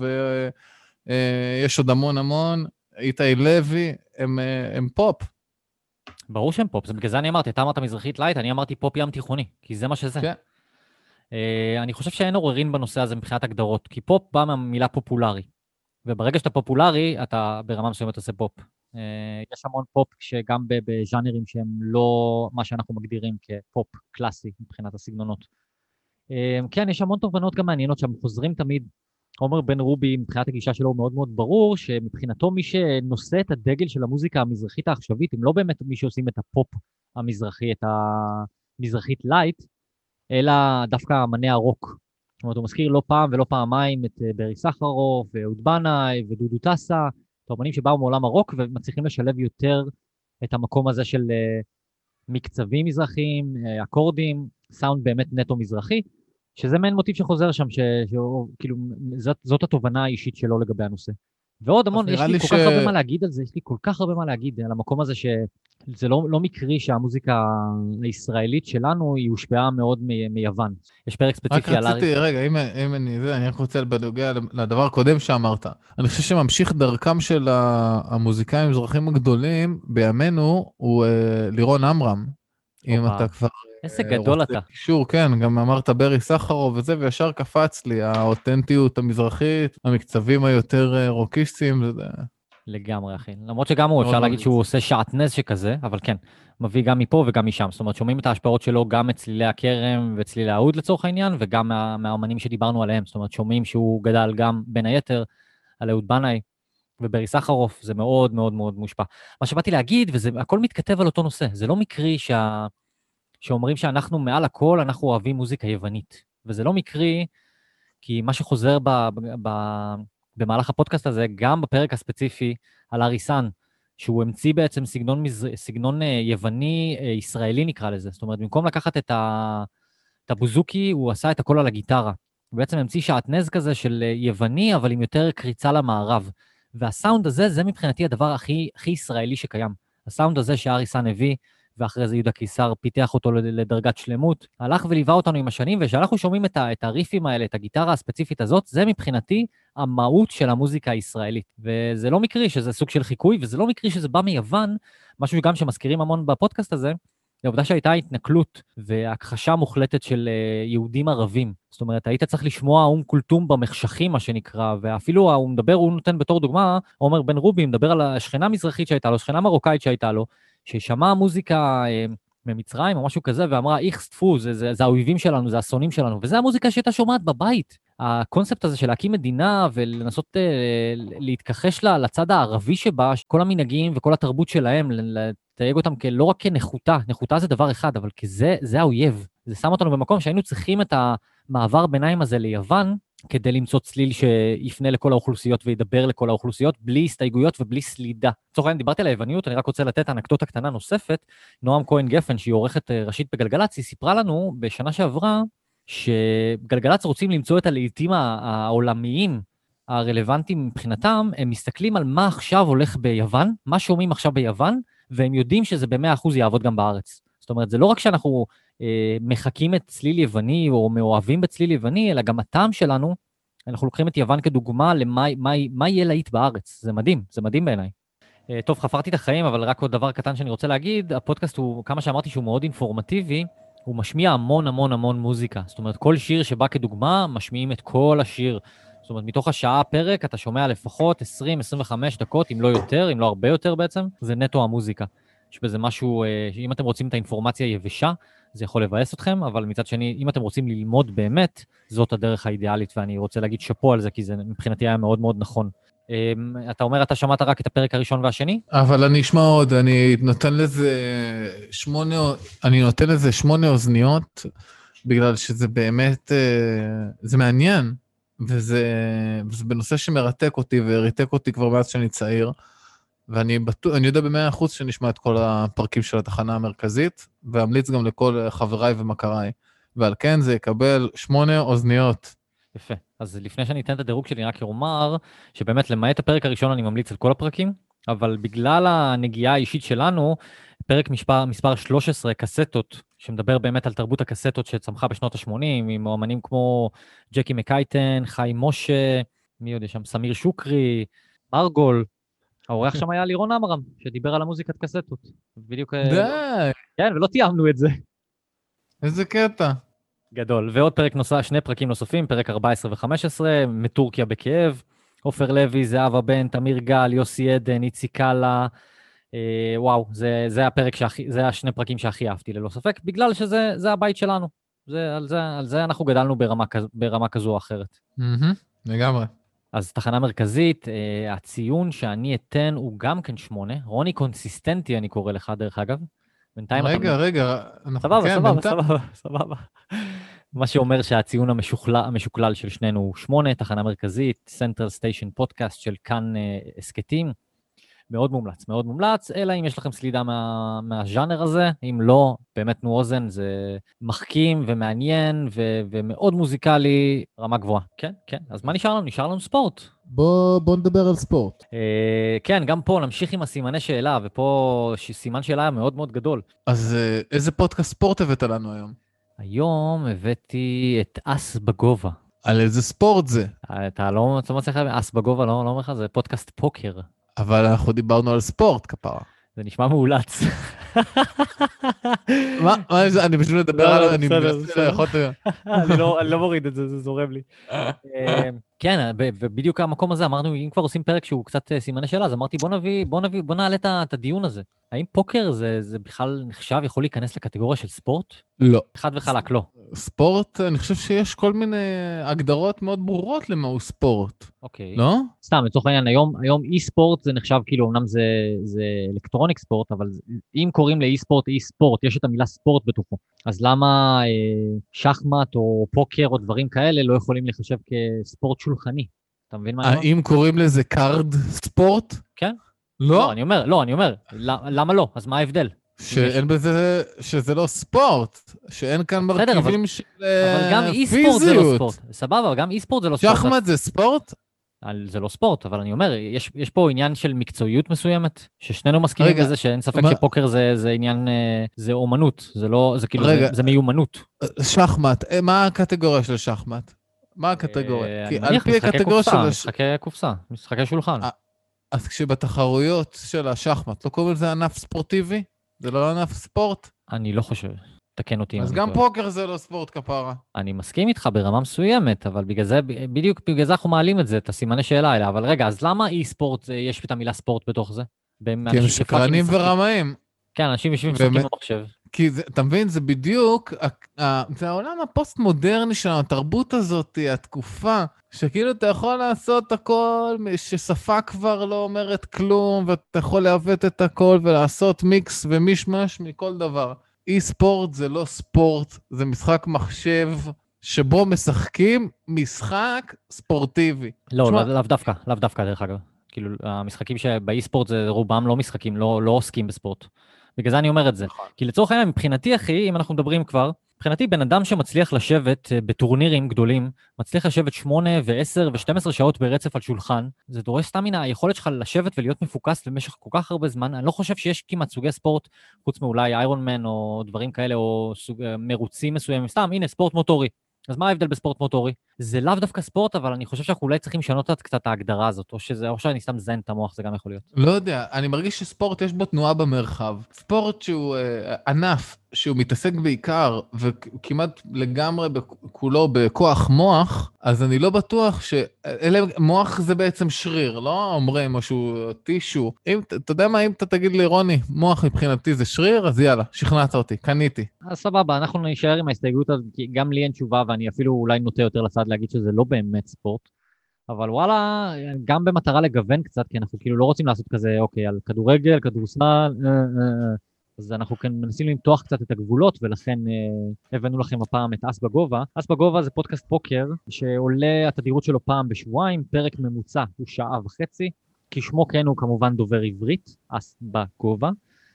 Speaker 3: ויש עוד המון, איתי לוי, הם פופ.
Speaker 2: ברור שהם פופ, בגלל זה אני אמרתי, אתה אמרת מזרחית לייט, אני אמרתי פופ ים תיכוני, כי זה מה שזה.
Speaker 3: כן.
Speaker 2: אני חושב שאין עוררין בנושא הזה מבחינת הגדרות, כי פופ בא מהמילה פופולרי, וברגע שאתה פופולרי, אתה ברמה מסוימת עושה פופ. יש המון פופ שגם בז'אנרים שהם לא מה שאנחנו מגדירים כפופ קלאסי מבחינת הסגנונות. כן, יש המון תובנות גם מעניינות שם, חוזרים תמיד, עומר בן רובי, מבחינת הגישה שלו, הוא מאוד מאוד ברור, שמבחינתו מי שנושא את הדגל של המוזיקה המזרחית העכשווית, הם לא באמת מי שעושים את הפופ המזרחי, את המזרחית לייט, אלא דווקא אמני הרוק. זאת אומרת, הוא מזכיר לא פעם ולא פעמיים את ברי סחרוף, ואהוד בנאי, ודודו טסה, את האמנים שבאו מעולם הרוק, ומצליחים לשלב יותר את המקום הזה של מקצבים מזרחיים, אקורדים, סאונד באמת נטו מזרחי, שזה מעין מוטיב שחוזר שם, כאילו, זאת התובנה האישית שלו לגבי הנושא. ועוד המון, יש לי כל כך הרבה מה להגיד על זה, יש לי כל כך הרבה מה להגיד על המקום הזה, שזה לא מקרי שהמוזיקה הישראלית שלנו היא הושפעה מאוד מיוון. יש פרק ספציפי על...
Speaker 3: רגע, אם אני רק רוצה בנוגע לדבר הקודם שאמרת, אני חושב שממשיך דרכם של המוזיקאים המזרחים הגדולים, בימינו הוא לירון עמרם, אם אתה כבר...
Speaker 2: איזה גדול אתה.
Speaker 3: קישור, כן, גם אמרת ברי סחרוף וזה, וישר קפץ לי, האותנטיות המזרחית, המקצבים היותר רוקיסטיים, זה...
Speaker 2: לגמרי, אחי. למרות שגם הוא, אפשר להגיד שהוא עושה שעטנז שכזה, אבל כן, מביא גם מפה וגם משם. זאת אומרת, שומעים את ההשפעות שלו גם מצלילי הכרם וצלילי העוד לצורך העניין, וגם מהאמנים שדיברנו עליהם. זאת אומרת, שומעים שהוא גדל גם בין היתר על אהוד בנאי וברי סחרוף, זה מאוד מאוד מאוד מושפע. מה שבאתי להגיד, והכל מתכתב על אותו נושא, זה לא מקרי שאומרים שאנחנו מעל הכל, אנחנו אוהבים מוזיקה יוונית. וזה לא מקרי, כי מה שחוזר במהלך הפודקאסט הזה, גם בפרק הספציפי על אריסן, שהוא המציא בעצם סגנון יווני ישראלי נקרא לזה. זאת אומרת, במקום לקחת את הבוזוקי, הוא עשה את הכל על הגיטרה. הוא בעצם המציא שעטנז כזה של יווני, אבל עם יותר קריצה למערב. והסאונד הזה, זה מבחינתי הדבר הכי ישראלי שקיים. הסאונד הזה שאריסן הביא, ואחרי זה יהודה קיסר פיתח אותו לדרגת שלמות, הלך וליווה אותנו עם השנים, ושאנחנו שומעים את הריפים האלה, את הגיטרה הספציפית הזאת, זה מבחינתי המהות של המוזיקה הישראלית. וזה לא מקרי שזה סוג של חיקוי, וזה לא מקרי שזה בא מיוון, משהו גם שמזכירים המון בפודקאסט הזה, לעובדה שהייתה התנכלות והכחשה מוחלטת של יהודים ערבים. זאת אומרת, היית צריך לשמוע אום כולתום במחשכים, מה שנקרא, ואפילו הוא מדבר, הוא נותן בתור דוגמה, עומר בן רובי מדבר על השכנה מזרחית שהייתה לו, שכנה מרוקאית שהייתה לו, ששמעה מוזיקה ממצרים או משהו כזה, ואמרה, איכס טפו, זה האויבים שלנו, זה השונאים שלנו, וזה המוזיקה שהייתה שומעת בבית. הקונספט הזה של להקים מדינה ולנסות להתכחש לצד הערבי שבה, כל המנהגים וכל התרבות שלהם, לתייג אותם לא רק כנחותה, נחותה זה דבר אחד, אבל זה האויב. זה שם אותנו במקום שהיינו צריכים את המעבר ביניים הזה ליוון, כדי למצוא צליל שיפנה לכל האוכלוסיות וידבר לכל האוכלוסיות, בלי הסתייגויות ובלי סלידה. לצורך העניין, דיברתי על היווניות, אני רק רוצה לתת אנקדוטה קטנה נוספת. נועם כהן גפן, שהיא עורכת ראשית בגלגלצ, היא סיפרה לנו בשנה שעברה, שגלגלצ רוצים למצוא את הלעיתים העולמיים הרלוונטיים מבחינתם, הם מסתכלים על מה עכשיו הולך ביוון, מה שומעים עכשיו ביוון, והם יודעים שזה ב100% יעבוד גם בארץ. זאת אומרת, זה לא רק שאנחנו מחכים את צליל יווני, או מאוהבים בצליל יווני, אלא גם הטעם שלנו, אנחנו לוקחים את יוון כדוגמה למה יהיה להיט בארץ. זה מדהים, זה מדהים בעיניי. טוב, חפרתי את החיים, אבל רק עוד דבר קטן שאני רוצה להגיד, הפודקאסט הוא, כמה שאמרתי שהוא מאוד אינפורמטיבי, הוא משמיע המון המון המון מוזיקה. זאת אומרת, כל שיר שבא כדוגמה, משמיעים את כל השיר. זאת אומרת, מתוך השעה פרק, אתה שומע לפחות 20-25 דקות, אם לא יותר, אם לא הרבה יותר בעצם, זה נטו המוזיקה. יש בזה משהו, אם אתם רוצים את האינפורמציה היבשה, זה יכול לבאס אתכם, אבל מצד שני, אם אתם רוצים ללמוד באמת, זאת הדרך האידיאלית, ואני רוצה להגיד שפו על זה, כי זה מבחינתי היה מאוד מאוד נכון. אתה אומר, אתה שמעת רק את הפרק הראשון והשני?
Speaker 3: אבל אני אשמע עוד, אני נותן לזה 8 אוזניות, בגלל שזה באמת, זה מעניין, וזה בנושא שמרתק אותי, וריתק אותי כבר מאז שאני צעיר, ואני יודע ב100% שנשמע את כל הפרקים של התחנה המרכזית, ואמליץ גם לכל חבריי ומכריי, ועל כן זה יקבל 8 אוזניות.
Speaker 2: יפה. אז לפני שאני אתן את הדירוג שלי, רק אומר שבאמת למעט הפרק הראשון אני ממליץ על כל הפרקים, אבל בגלל הנגיעה האישית שלנו, פרק מספר 13, קסטות, שמדבר באמת על תרבות הקסטות שצמחה בשנות ה-80, עם אומנים כמו ג'קי מקייטן, חיים משה, מי עוד יש שם? סמיר שוקרי, מרגול, האורח שם היה לירון אמרם, שדיבר על המוזיקת קסטות. בדיוק...
Speaker 3: די!
Speaker 2: כן, ולא תיאמנו את זה.
Speaker 3: איזה קטע.
Speaker 2: גדול. ועוד פרק נוסף, 2 פרקים נוספים, פרק 14 ו-15, מטורקיה בכאב, עופר לוי, זהבה בן, תמיר גל, יוסי עדן, איצי קאלה, וואו, זה הפרק זה 2 פרקים שהכי אהבתי ללא ספק, בגלל שזה הבית שלנו. על זה אנחנו גדלנו ברמה כזו או אחרת.
Speaker 3: לגמרי.
Speaker 2: אז תחנה מרכזית, הציון שאני אתן הוא גם כן 8, רוני קונסיסטנטי אני קורא לך דרך אגב.
Speaker 3: רגע.
Speaker 2: סבבה. מה שאומר שהציון המשוקלל של שנינו הוא 8, תחנה מרכזית, סנטרל סטיישן פודקאסט של כאן הסקטים. מאוד מומלץ, אלא אם יש לכם סלידה מהז'אנר הזה, אם לא, באמת תנו אוזן, זה מחכים ומעניין ומאוד מוזיקלי, רמה גבוהה. כן. אז מה נשאר לנו? נשאר לנו ספורט.
Speaker 4: בוא נדבר על ספורט.
Speaker 2: כן, גם פה נמשיך עם הסימני שאלה, ופה סימן שאלה מאוד מאוד גדול.
Speaker 3: אז איזה פודקאסט ספורט הבאת לנו היום?
Speaker 2: היום הבאתי את אס בגובה.
Speaker 3: על איזה ספורט זה?
Speaker 2: אתה לא מצליח להבין, אס בגובה, לא אומר לך, זה פודקאסט פוקר.
Speaker 3: אבל אנחנו דיברנו על ספורט, כפרה.
Speaker 2: זה נשמע מאולץ.
Speaker 3: מה זה? אני פשוט מדבר על... אני
Speaker 2: לא מוריד את זה, זה זורם לי. כן, ובדיוק המקום הזה אמרנו, אם כבר עושים פרק שהוא קצת סימני שאלה, אז אמרתי, בוא נעלה את הדיון הזה. האם פוקר זה בכלל נחשב, יכול להיכנס לקטגוריה של ספורט?
Speaker 3: לא.
Speaker 2: חד וחלק, לא.
Speaker 3: ספורט, אני חושב שיש כל מיני הגדרות מאוד ברורות למהו ספורט.
Speaker 2: אוקיי.
Speaker 3: לא?
Speaker 2: סתם, לצורך העניין, היום אי-ספורט זה נחשב, כאילו, אמנם זה אלקטרוניק ספורט, אבל אם קוראים לאי-ספורט אי-ספורט, יש את המילה ספורט בתוכו. אז למה שחמט או פוקר או דברים כאלה לא יכולים לחשב כספורט שולחני? אתה מבין מה אני אומר?
Speaker 3: האם קוראים לזה קארד ספורט?
Speaker 2: כן.
Speaker 3: לא.
Speaker 2: אני אומר, למה לא? אז מה ההבדל?
Speaker 3: שאין בזה, שזה לא ספורט, שאין כאן מרכיבים של פיזיות.
Speaker 2: אבל גם אי-ספורט זה לא ספורט. סבבה, אבל גם אי-ספורט זה לא ספורט.
Speaker 3: שחמט זה ספורט?
Speaker 2: זה לא ספורט, אבל אני אומר, יש פה עניין של מקצועיות מסוימת, ששנינו מסכימים בזה שאין ספק שפוקר זה עניין, זה אומנות, זה כאילו, זה מיומנות.
Speaker 3: שחמט, מה הקטגוריה של שחמט? מה הקטגוריה? כי על פי הקטגוריה של...
Speaker 2: משחקי קופסה, משחקי שולחן.
Speaker 3: אז כשבתחרויות של השחמט, לא קוראים לזה ענף ספורטיבי? זה לא ענף ספורט?
Speaker 2: אני לא חושב. תקן אותי.
Speaker 3: אז גם פוקר זה לא ספורט כפרה.
Speaker 2: אני מסכים איתך ברמה מסוימת, אבל בדיוק בגלל זה אנחנו מעלים את זה, את הסימני שאלה האלה. אבל רגע, אז למה אי ספורט, יש את המילה ספורט בתוך זה?
Speaker 3: כי הם שקרנים ורמאים.
Speaker 2: כן, אנשים יושבים משחקים במחשב.
Speaker 3: כי אתה מבין, זה בדיוק, זה העולם הפוסט-מודרני שלנו, התרבות הזאת, התקופה, שכאילו אתה יכול לעשות הכל, ששפה כבר לא אומרת כלום, ואתה יכול לעוות את הכל ולעשות מיקס ומישמש מכל דבר. אי ספורט זה לא ספורט, זה משחק מחשב, שבו משחקים משחק ספורטיבי.
Speaker 2: לא,
Speaker 3: תשמע,
Speaker 2: לאו דווקא דרך אגב. כאילו, המשחקים שבאי-ספורט זה רובם לא משחקים, לא עוסקים בספורט. בגלל זה אני אומר את זה.
Speaker 3: נכון.
Speaker 2: כי לצורך העניין, מבחינתי, אחי, אם אנחנו מדברים כבר, מבחינתי, בן אדם שמצליח לשבת בטורנירים גדולים, מצליח לשבת 8 ו-10 ו-12 שעות ברצף על שולחן, זה דורש סטמינה, היכולת שלך לשבת ולהיות מפוקס במשך כל כך הרבה זמן, אני לא חושב שיש כמעט סוגי ספורט, חוץ מאולי איירון מן או דברים כאלה, או מרוצים מסוימים, סתם, הנה, ספורט מוטורי. אז מה ההבדל בספורט מוטורי? זה לאו דווקא ספורט, אבל אני חושב שאנחנו אולי צריכים לשנות קצת את ההגדרה הזאת, או שאני סתם זן את המוח, זה גם יכול להיות.
Speaker 3: לא יודע, אני מרגיש שספורט יש בו תנועה במרחב. ספורט שהוא ענף, שהוא מתעסק בעיקר, וכמעט לגמרי כולו בכוח מוח, אז אני לא בטוח מוח זה בעצם שריר, לא אומרים משהו טישו. אתה יודע מה, אם אתה תגיד לי, רוני, מוח מבחינתי זה שריר, אז יאללה, שכנעת אותי, קניתי.
Speaker 2: אז סבבה, אנחנו נשאר עם ההסתייגות הזאת, כי גם לי אין תשובה, ואני אפילו אולי נוטה יותר לצד להגיד שזה לא באמת ספורט. אבל וואלה, גם במטרה לגוון קצת, כי אנחנו כאילו לא רוצים לעשות כזה, אוקיי, על כדורגל, כדורסל, אז אנחנו כאן מנסים למתוח קצת את הגבולות, ולכן הבאנו לכם הפעם את אס בגובה. אס בגובה זה פודקאסט פוקר, שעולה התדירות שלו פעם בשבועיים, פרק ממוצע הוא 1.5 שעות, כשמו כן הוא כמובן דובר עברית, אס בגובה.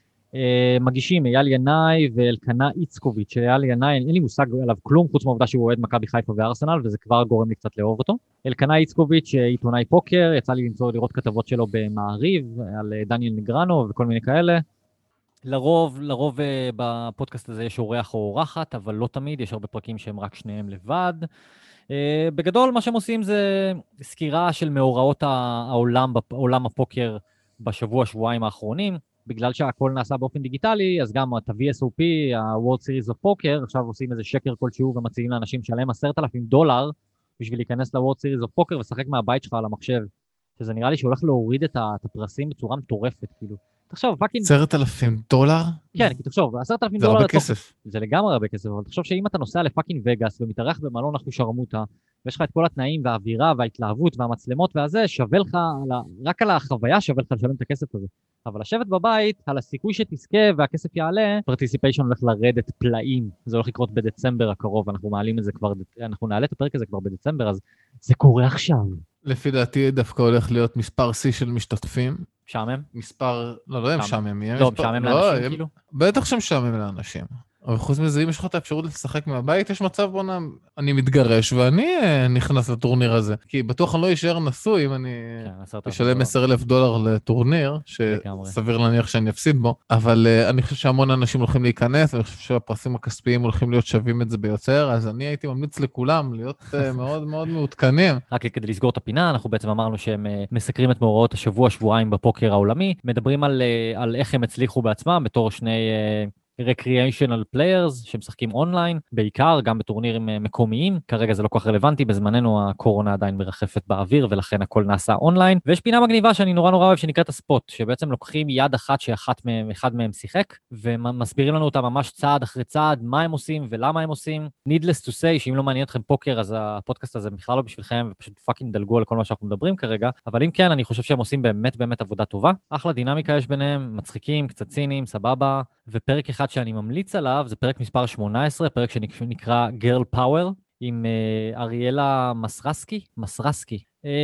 Speaker 2: מגישים אייל ינאי ואלקנה איצקוביץ'. אייל ינאי, אין לי מושג עליו כלום, חוץ מהעובדה שהוא אוהד מכבי חיפה וארסנל, וזה כבר גורם לי קצת לאהוב אותו. אלקנה איצקוביץ', עיתונאי פוקר, יצא לי לראות כתבות שלו במעריב, על דניאל נגרנו וכל מיני כאלה. לרוב בפודקאסט הזה יש אורח או אורחת, אבל לא תמיד, יש הרבה פרקים שהם רק שניהם לבד. בגדול, מה שהם עושים זה סקירה של מאורעות העולם הפוקר בשבוע-שבועיים האחרונים. בגלל שהכל נעשה באופן דיגיטלי, אז גם את ה-VSOP, ה-World Series of Poker, עכשיו עושים איזה שקר כלשהו ומציעים לאנשים שלהם $10,000 בשביל להיכנס ל-World Series of Poker ושחק מהבית שלך על המחשב. שזה נראה לי שהולך להוריד את הפרסים בצורה מטורפת, כאילו. תחשוב, פאקינג...
Speaker 3: $10,000?
Speaker 2: כן, כי תחשוב, $10,000...
Speaker 3: זה הרבה כסף.
Speaker 2: זה לגמרי הרבה כסף, אבל תחשוב שאם אתה נוסע לפאקינג וגאס ומתארח במלון אחושרמוטה, ויש לך את כל התנאים והאווירה וההתלהבות והמצלמות והזה, שווה לך, רק על החוויה שווה לך לשלם את הכסף הזה. אבל לשבת בבית, על הסיכוי שתזכה והכסף יעלה, פרטיסיפיישן הולך לרדת פלאים. זה הולך לקרות בדצמבר הקרוב, אנחנו מעלים את זה כבר, אנחנו נעלה את הפרק הזה כבר בדצמבר, אז זה קורה עכשיו.
Speaker 3: לפי דעתי דווקא הולך להיות מספר C של משתתפים.
Speaker 2: משעמם?
Speaker 3: מספר, לא משעמם.
Speaker 2: לא, משעמם לאנשים כאילו?
Speaker 3: בטח שמשעמם לאנשים. אבל חוץ מזה, אם יש לך את האפשרות לשחק מהבית, יש מצב בוא אני מתגרש ואני נכנס לטורניר הזה. כי בטוח אני לא אשאר נשוי אם אני אשלם $10,000 לטורניר, שסביר להניח שאני אפסיד בו. אבל אני חושב שהמון אנשים הולכים להיכנס, ואני חושב שהפרסים הכספיים הולכים להיות שווים את זה ביותר, אז אני הייתי ממליץ לכולם להיות מאוד מאוד מעודכנים.
Speaker 2: רק כדי לסגור את הפינה, אנחנו בעצם אמרנו שהם מסקרים את מאורעות השבוע-שבועיים בפוקר העולמי, מדברים על איך הם הצליחו בעצמם בתור שני recreational players שמשחקים אונליין, בעיקר גם בטורנירים מקומיים, כרגע זה לא כל כך רלוונטי, בזמננו הקורונה עדיין מרחפת באוויר, ולכן הכל נעשה אונליין, ויש פינה מגניבה שאני נורא אוהב שנקראת הספוט, שבעצם לוקחים יד אחת שאחד מהם שיחק, ומסבירים לנו אותה ממש צעד אחרי צעד, מה הם עושים ולמה הם עושים. Needless to say, שאם לא מעניין אתכם פוקר, אז הפודקאסט הזה בכלל לא בשבילכם, ופשוט פאקינג דלגו על כל מה שאנחנו מדברים כרגע, אבל אם כן, אני חושב שהם עושים באמת עבודה טובה. אחלה דינמיקה יש ביניהם, מצחיקים, קצת ציניים, סבבה. ופרק אחד שאני ממליץ עליו, זה פרק מספר 18, פרק שנקרא Girl Power, עם אריאלה מסרסקי.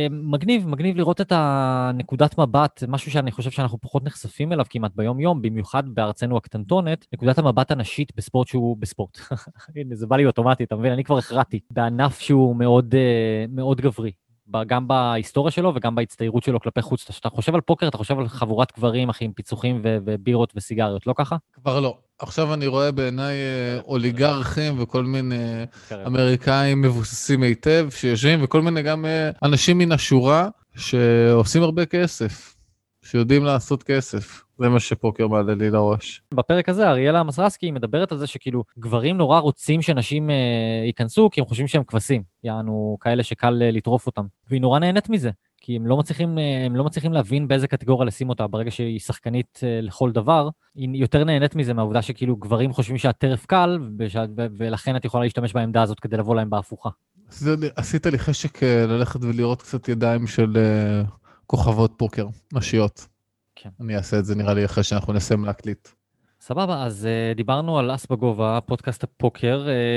Speaker 2: מגניב לראות את הנקודת מבט, משהו שאני חושב שאנחנו פחות נחשפים אליו כמעט ביום יום, במיוחד בארצנו הקטנטונת, נקודת המבט הנשית בספורט שהוא בספורט. הנה, זה בא לי אוטומטית, אתה מבין? אני כבר הכרעתי, בענף שהוא מאוד גברי. גם בהיסטוריה שלו וגם בהצטיירות שלו כלפי חוץ. כשאתה חושב על פוקר, אתה חושב על חבורת גברים, אחים, פיצוחים ובירות וסיגריות, לא ככה?
Speaker 3: כבר לא. עכשיו אני רואה בעיניי אוליגרכים וכל מיני אמריקאים מבוססים היטב שיושבים, וכל מיני גם אנשים מן השורה שעושים הרבה כסף, שיודעים לעשות כסף. זה מה שפוקר מעלה לי לראש.
Speaker 2: בפרק הזה, אריאלה מסרסקי מדברת על זה שכאילו גברים נורא רוצים שנשים ייכנסו, כי הם חושבים שהם כבשים, יענו כאלה שקל לטרוף אותם. והיא נורא נהנית מזה, כי הם לא מצליחים להבין באיזה קטגוריה לשים אותה, ברגע שהיא שחקנית לכל דבר, היא יותר נהנית מזה מהעובדה שכאילו גברים חושבים שהטרף קל, ולכן את יכולה להשתמש בעמדה הזאת כדי לבוא להם בהפוכה.
Speaker 3: עשית לי חשק ללכת ולראות קצת ידיים של כוכבות פוקר, נשיות.
Speaker 2: כן.
Speaker 3: אני אעשה את זה נראה לי אחרי שאנחנו נסיים להקליט.
Speaker 2: סבבה, אז דיברנו על אס בגובה, פודקאסט הפוקר.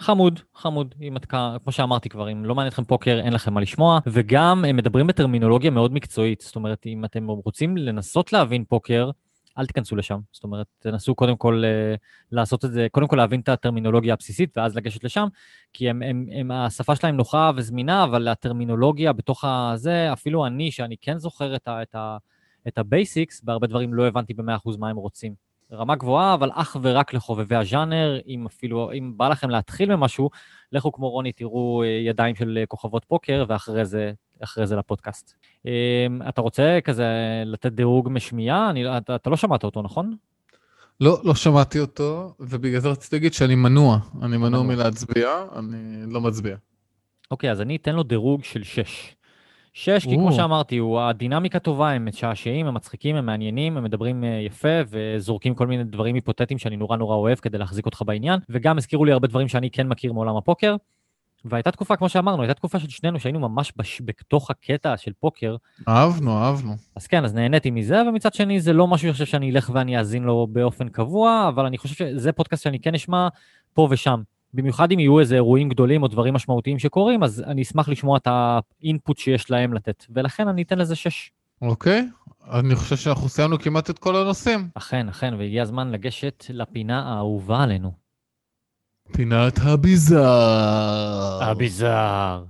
Speaker 2: חמוד, חמוד, כמו שאמרתי כבר, אם לא מעניין אתכם פוקר, אין לכם מה לשמוע, וגם הם מדברים בטרמינולוגיה מאוד מקצועית, זאת אומרת, אם אתם רוצים לנסות להבין פוקר, אל תיכנסו לשם, זאת אומרת, תנסו קודם כל לעשות את זה, קודם כל להבין את הטרמינולוגיה הבסיסית, ואז לגשת לשם, כי השפה שלהם נוחה וזמינה, אבל הטרמינולוגיה בתוך הזה, אפילו אני, שאני כן זוכר את הבייסיקס, בהרבה דברים לא הבנתי ב100% מה הם רוצים. רמה גבוהה, אבל אך ורק לחובבי הז'אנר, אם בא לכם להתחיל ממשהו, לכו כמו רוני, תראו ידיים של כוכבות פוקר, ואחרי זה לפודקאסט. אתה רוצה כזה לתת דירוג משמיעה? אתה לא שמעת אותו, נכון?
Speaker 3: לא שמעתי אותו, ובגלל זה רציתי להגיד שאני מנוע. אני מנוע מלהצביע, אני לא מצביע.
Speaker 2: אוקיי, אז אני אתן לו דירוג של 6. 6, כי כמו שאמרתי, הדינמיקה טובה, הם משעשעים, הם מצחיקים, הם מעניינים, הם מדברים יפה, וזורקים כל מיני דברים היפותטיים שאני נורא נורא אוהב כדי להחזיק אותך בעניין, וגם הזכירו לי הרבה דברים שאני כן מכיר מעולם הפוקר, והייתה תקופה, כמו שאמרנו, הייתה תקופה של שנינו שהיינו ממש בתוך הקטע של פוקר.
Speaker 3: אהבנו.
Speaker 2: אז כן, אז נהניתי מזה, ומצד שני זה לא משהו שאני חושב שאני אלך ואני אאזין לו באופן קבוע, אבל אני חושב שזה פודקאסט שאני כן אשמע פה ושם. במיוחד אם יהיו איזה אירועים גדולים או דברים משמעותיים שקורים, אז אני אשמח לשמוע את האינפוט שיש להם לתת, ולכן אני אתן לזה 6.
Speaker 3: אוקיי, אני חושב שאנחנו סיימנו כמעט את כל הנושאים.
Speaker 2: אכן, והגיע הזמן לגשת לפינה האהובה עלינו.
Speaker 3: פינת הביזאר.
Speaker 2: הביזאר.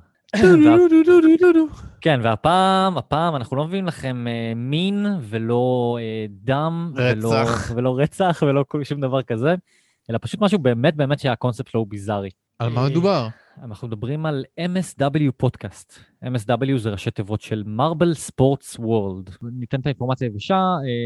Speaker 2: כן, והפעם אנחנו לא מביאים לכם מין ולא דם, ולא רצח ולא שום דבר כזה, אלא פשוט משהו באמת שהקונספט שלו הוא ביזארי.
Speaker 3: על מה מדובר?
Speaker 2: אנחנו מדברים על MSW פודקאסט. MSW זה ראשי תיבות של Marble Sports World. ניתן את האינפורמציה היבשה,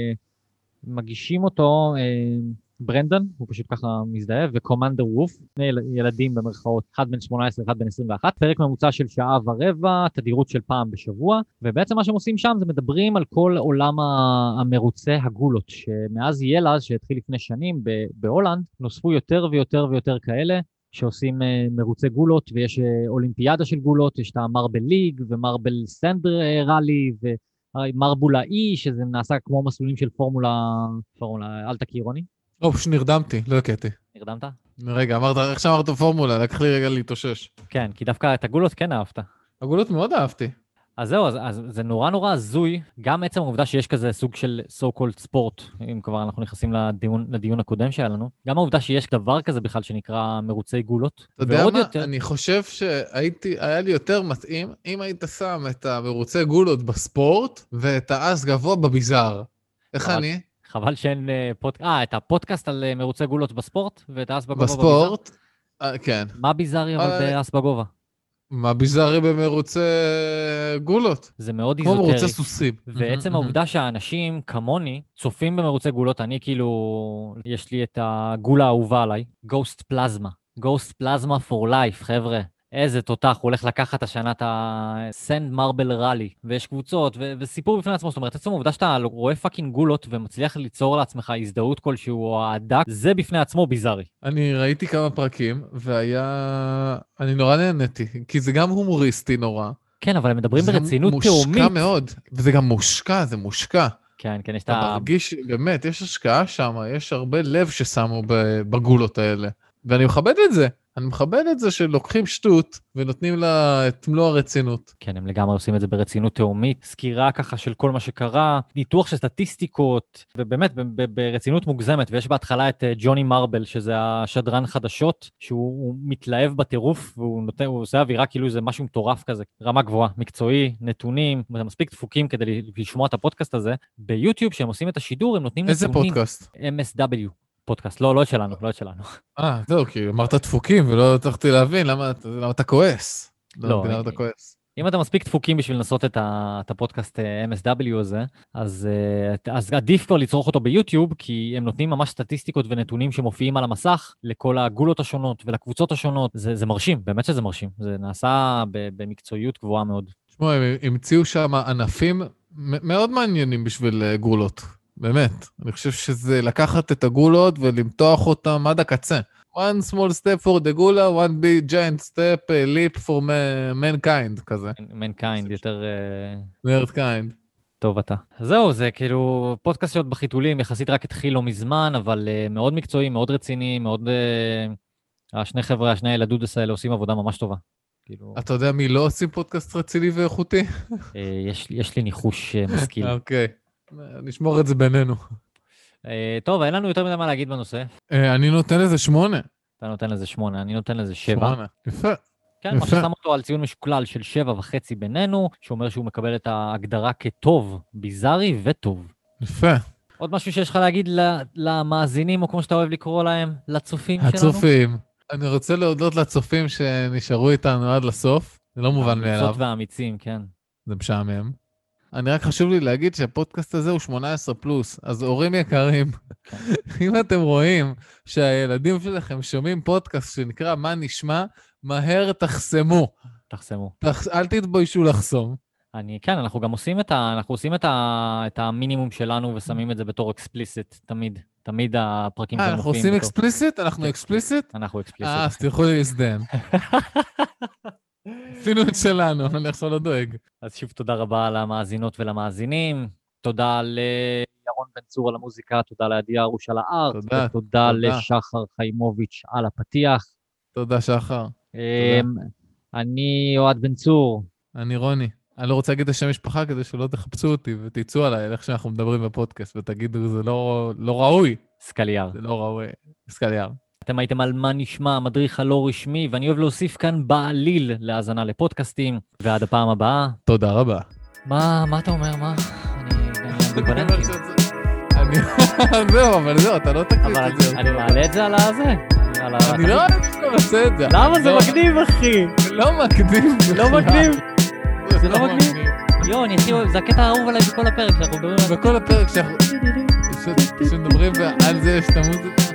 Speaker 2: מגישים אותו ברנדון, הוא פשוט ככה מזדהה, וקומנדר ווף, שני ילדים במרכאות, אחד בן 18, אחד בן 21, פרק ממוצע של שעה ורבע, תדירות של פעם בשבוע, ובעצם מה שהם עושים שם זה מדברים על כל עולם המרוצי הגולות, שמאז ילאז שהתחיל לפני שנים בהולנד, נוספו יותר ויותר כאלה, שעושים מרוצי גולות, ויש אולימפיאדה של גולות, יש את המרבל ליג ומרבל סנד רלי, ומרבולה אי, שזה נעשה כמו מסלולים של פורמולה, אל תכיר רוני.
Speaker 3: נרדמתי, לא הקטתי.
Speaker 2: נרדמת?
Speaker 3: רגע, איך שאמרת פורמולה, לקח לי רגע להתאושש.
Speaker 2: כן, כי דווקא את הגולות כן אהבת.
Speaker 3: הגולות מאוד אהבתי.
Speaker 2: אז זהו, אז זה נורא הזוי, גם עצם העובדה שיש כזה סוג של so-called ספורט, אם כבר אנחנו נכנסים לדיון הקודם שהיה לנו, גם העובדה שיש דבר כזה בכלל שנקרא מרוצי גולות.
Speaker 3: אתה יודע מה? אני חושב שהיה לי יותר מתאים, אם היית שם את המרוצי גולות בספורט, ואת האס גבוה בביזאר. איך אני?
Speaker 2: חבל שאין את הפודקאסט על מרוצי גולות בספורט, ואת האס בגובה בביזאר?
Speaker 3: בספורט, כן.
Speaker 2: מה ביזארי אבל באס בגובה?
Speaker 3: מה ביזארי במרוצי גולות?
Speaker 2: זה מאוד
Speaker 3: כמו
Speaker 2: איזוטרי.
Speaker 3: מרוצי סוסים.
Speaker 2: ועצם העובדה שהאנשים כמוני צופים במרוצי גולות, אני כאילו, יש לי את הגולה האהובה עליי, Ghost Plasma. Ghost Plasma for Life, חבר'ה. איזה תותח, הוא הולך לקחת השנה את הסנד מרבל רלי, ויש קבוצות, וסיפור בפני עצמו, זאת אומרת, עצמו עובדה שאתה רואה פאקינג גולות, ומצליח ליצור לעצמך הזדהות כלשהו, או העדה, זה בפני עצמו ביזארי.
Speaker 3: אני ראיתי כמה פרקים, אני נורא נהניתי, כי זה גם הומוריסטי נורא.
Speaker 2: כן, אבל הם מדברים ברצינות תאומית.
Speaker 3: זה מושקע מאוד, וזה גם מושקע, זה מושקע.
Speaker 2: כן, יש את
Speaker 3: אתה מרגיש, באמת, יש השקעה שם, יש הרבה לב ששמו בגולות האלה, ואני מכבד את זה. אני מכבד את זה שלוקחים שטות ונותנים לה את מלוא הרצינות.
Speaker 2: כן, הם לגמרי עושים את זה ברצינות תאומית, סקירה ככה של כל מה שקרה, ניתוח של סטטיסטיקות, ובאמת ברצינות מוגזמת, ויש בהתחלה את ג'וני מרבל, שזה השדרן חדשות, שהוא מתלהב בטירוף, והוא עושה אווירה כאילו זה משהו מטורף כזה, רמה גבוהה, מקצועי, נתונים, מספיק דפוקים כדי לשמוע את הפודקאסט הזה. ביוטיוב, שהם עושים את השידור, הם נותנים
Speaker 3: איזה
Speaker 2: נתונים.
Speaker 3: איזה פודקאסט?
Speaker 2: MSW. פודקאסט, לא שלנו.
Speaker 3: זהו, כי אמרת דפוקים ולא צריכתי להבין למה אתה כועס.
Speaker 2: לא, אם אתה מספיק דפוקים בשביל לנסות את הפודקאסט MSW הזה, אז עדיף כבר לצרוך אותו ביוטיוב, כי הם נותנים ממש סטטיסטיקות ונתונים שמופיעים על המסך לכל הגולות השונות ולקבוצות השונות. זה מרשים, באמת שזה מרשים. זה נעשה במקצועיות גבוהה מאוד.
Speaker 3: תשמעו, הם המציאו שם ענפים מאוד מעניינים בשביל גולות. באמת, אני חושב שזה לקחת את הגולות ולמתוח אותם עד הקצה. One small step for the gula, one big giant step, a leap for mankind, כזה.
Speaker 2: mankind, יותר...
Speaker 3: mankind.
Speaker 2: טוב אתה. זהו, זה כאילו פודקאסט שעוד בחיתולים, יחסית רק התחיל לא מזמן, אבל מאוד מקצועי, מאוד רציני, מאוד... השני הילדודס האלה עושים עבודה ממש טובה. כאילו,
Speaker 3: אתה יודע מי לא עושים פודקאסט רציני ואיכותי?
Speaker 2: יש לי ניחוש משכיל.
Speaker 3: אוקיי, נשמור את זה בינינו.
Speaker 2: טוב, אין לנו יותר מדי מה להגיד בנושא.
Speaker 3: אני נותן לזה 8.
Speaker 2: אתה נותן לזה 8, אני נותן לזה 7.
Speaker 3: 8, יפה.
Speaker 2: כן, מה ששם אותו על ציון משוקלל של 7.5 בינינו, שאומר שהוא מקבל את ההגדרה כטוב, ביזארי וטוב.
Speaker 3: יפה.
Speaker 2: עוד משהו שיש לך להגיד למאזינים, או כמו שאתה אוהב לקרוא להם, לצופים שלנו?
Speaker 3: הצופים. אני רוצה להודות לצופים שנשארו איתנו עד לסוף. זה לא מובן מאליו.
Speaker 2: האמיצות והאמיצים, כן.
Speaker 3: זה משעמם. אני רק חשוב לי להגיד שהפודקאסט הזה הוא 18 פלוס, אז הורים יקרים, אם אתם רואים שהילדים שלכם שומעים פודקאסט שנקרא מה נשמע, מהר תחסמו.
Speaker 2: תחסמו.
Speaker 3: אל תתביישו לחסום.
Speaker 2: כן, אנחנו גם עושים את המינימום שלנו ושמים את זה בתור אקספליסיט, תמיד הפרקים שלנו
Speaker 3: אנחנו עושים אקספליסיט? אנחנו אקספליסיט?
Speaker 2: אנחנו אקספליסיט.
Speaker 3: אז תלכו להזדהן. עשינו את שלנו, אני עכשיו לא דואג.
Speaker 2: אז שוב תודה רבה למאזינות ולמאזינים, תודה לירון בן צור על המוזיקה, תודה לעדי הרוש על הארט, ותודה לשחר חיימוביץ' על הפתיח.
Speaker 3: תודה שחר.
Speaker 2: אני אוהד בן צור.
Speaker 3: אני רוני. אני לא רוצה להגיד את השם משפחה כדי שלא תחפשו אותי ותיצאו עליי איך שאנחנו מדברים בפודקאסט ותגידו זה לא ראוי.
Speaker 2: סקליאר.
Speaker 3: זה לא ראוי. סקליאר.
Speaker 2: אתם הייתם על מה נשמע, המדריך הלא רשמי, ואני אוהב להוסיף כאן בעליל להאזנה לפודקאסטים, ועד הפעם הבאה.
Speaker 3: תודה רבה.
Speaker 2: מה אתה אומר? מה? אני מבנן כאילו.
Speaker 3: זהו, אתה לא תקליט את זה.
Speaker 2: אני מעלה את זה על הזה.
Speaker 3: אני לא עושה את זה.
Speaker 2: למה זה מגניב, אחי?
Speaker 3: לא מגניב.
Speaker 2: לא מגניב. זה לא מגניב. יו, אני הכי אוהב, זה הקטע האהוב עליי בכל הפרק שאנחנו מדברים עליו.
Speaker 3: בכל הפרק שאנחנו מדברים על זה יש את המוזיקה.